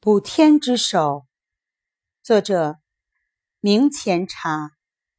补天之手，作者明前茶。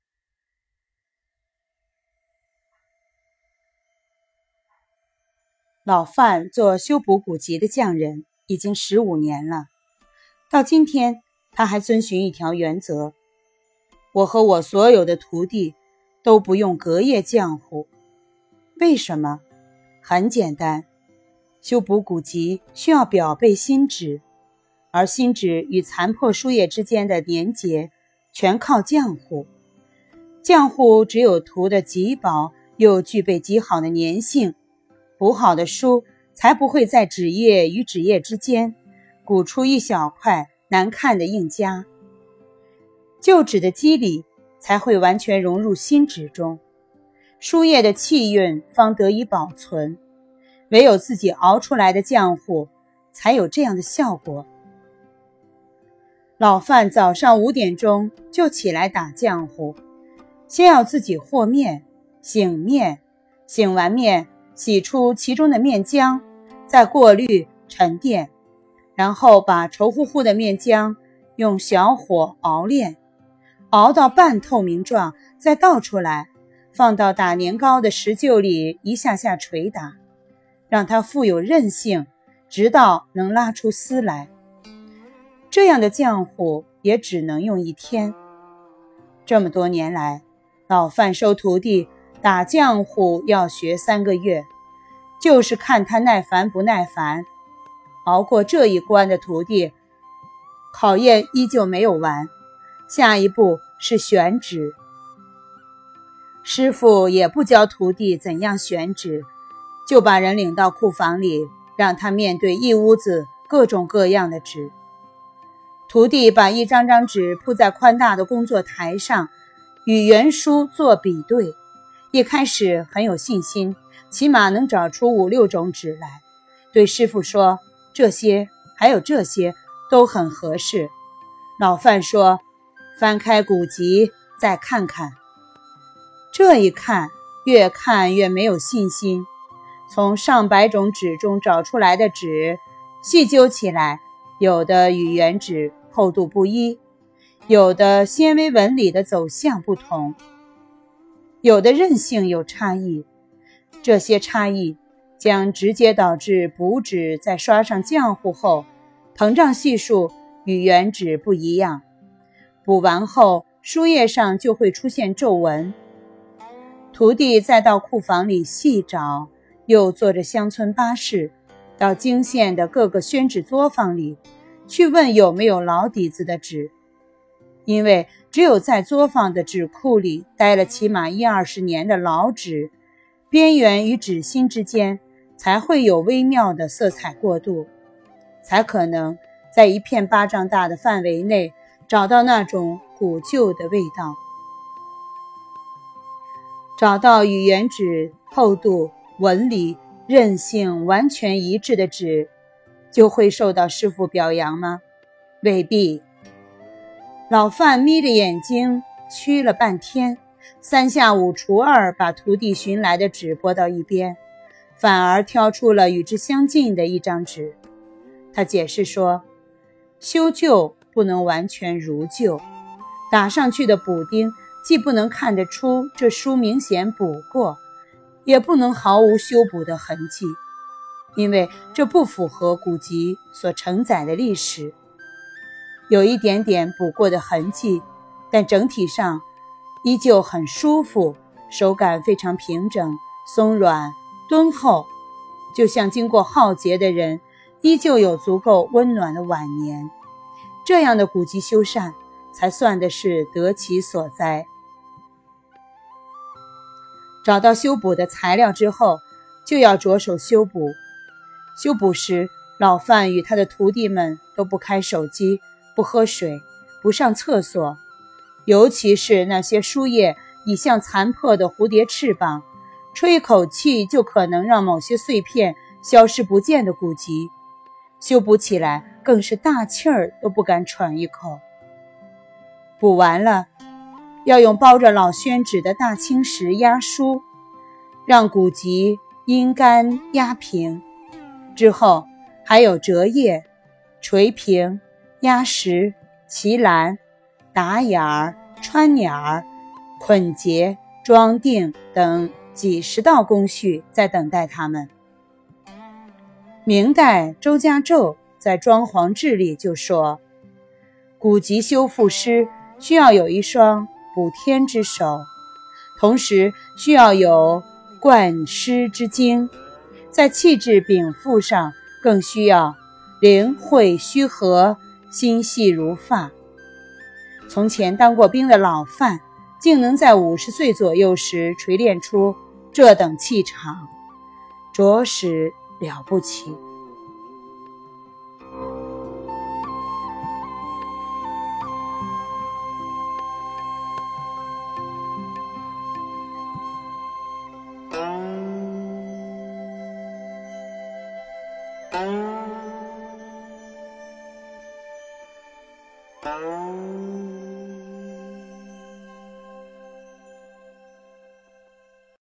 老范做修补古籍的匠人已经15年了，到今天他还遵循一条原则：我和我所有的徒弟都不用隔夜浆糊。为什么？很简单，修补古籍需要裱背新纸，而新纸与残破书页之间的连结全靠浆糊。浆糊只有涂得极薄，又具备极好的粘性，补好的书才不会在纸页与纸页之间鼓出一小块难看的硬痂，旧纸的肌理才会完全融入新纸中，书页的气韵方得以保存。唯有自己熬出来的浆糊才有这样的效果。老范早上5点钟就起来打浆糊，先要自己和面、醒面，醒完面洗出其中的面浆，再过滤沉淀，然后把稠乎乎的面浆用小火熬炼，熬到半透明状，再倒出来，放到打年糕的石臼里一下下捶打，让它富有韧性，直到能拉出丝来。这样的浆糊也只能用1天。这么多年来，老范收徒弟打浆糊要学3个月，就是看他耐烦不耐烦。熬过这一关的徒弟，考验依旧没有完，下一步是选纸。师傅也不教徒弟怎样选纸，就把人领到库房里，让他面对一屋子各种各样的纸。徒弟把一张张纸铺在宽大的工作台上，与原书做比对。一开始很有信心，起码能找出5、6种纸来，对师傅说，这些还有这些都很合适。老范说，翻开古籍再看看。这一看越没有信心，从上百种纸中找出来的纸，细究起来，有的与原纸厚度不一，有的纤维纹理的走向不同，有的韧性有差异。这些差异将直接导致补纸在刷上浆糊后，膨胀系数与原纸不一样，补完后书页上就会出现皱纹。徒弟再到库房里细找，又坐着乡村巴士到泾县的各个宣纸作坊里去问有没有老底子的纸，因为只有在作坊的纸库里待了起码10-20年的老纸，边缘与纸芯之间才会有微妙的色彩过渡，才可能在一片巴掌大的范围内找到那种古旧的味道。找到与原纸厚度、纹理、韧性完全一致的纸，就会受到师傅表扬吗？未必。老范眯着眼睛屈了半天，3下5除2把徒弟寻来的纸拨到一边，反而挑出了与之相近的一张纸。他解释说，修旧不能完全如旧，打上去的补丁既不能看得出这书明显补过，也不能毫无修补的痕迹，因为这不符合古籍所承载的历史。有一点点补过的痕迹，但整体上依旧很舒服，手感非常平整、松软、敦厚，就像经过浩劫的人依旧有足够温暖的晚年。这样的古籍修缮才算的是得其所哉。找到修补的材料之后，就要着手修补。修补时，老范与他的徒弟们都不开手机，不喝水，不上厕所，尤其是那些书页已像残破的蝴蝶翅膀，吹一口气就可能让某些碎片消失不见的古籍，修补起来更是大气儿都不敢喘一口。补完了，要用包着老宣纸的大青石压书，让古籍阴干压平。之后还有折页， 垂平、压实、齐栏、打眼儿、穿捻儿、捆结、装订等几十道工序在等待他们。明代周家胄在装潢志里就说，古籍修复师需要有一双补天之手，同时需要有贯师之精，在气质禀赋上更需要灵慧虚和，心细如发。从前当过兵的老范竟能在50岁左右时锤炼出这等气场，着实了不起。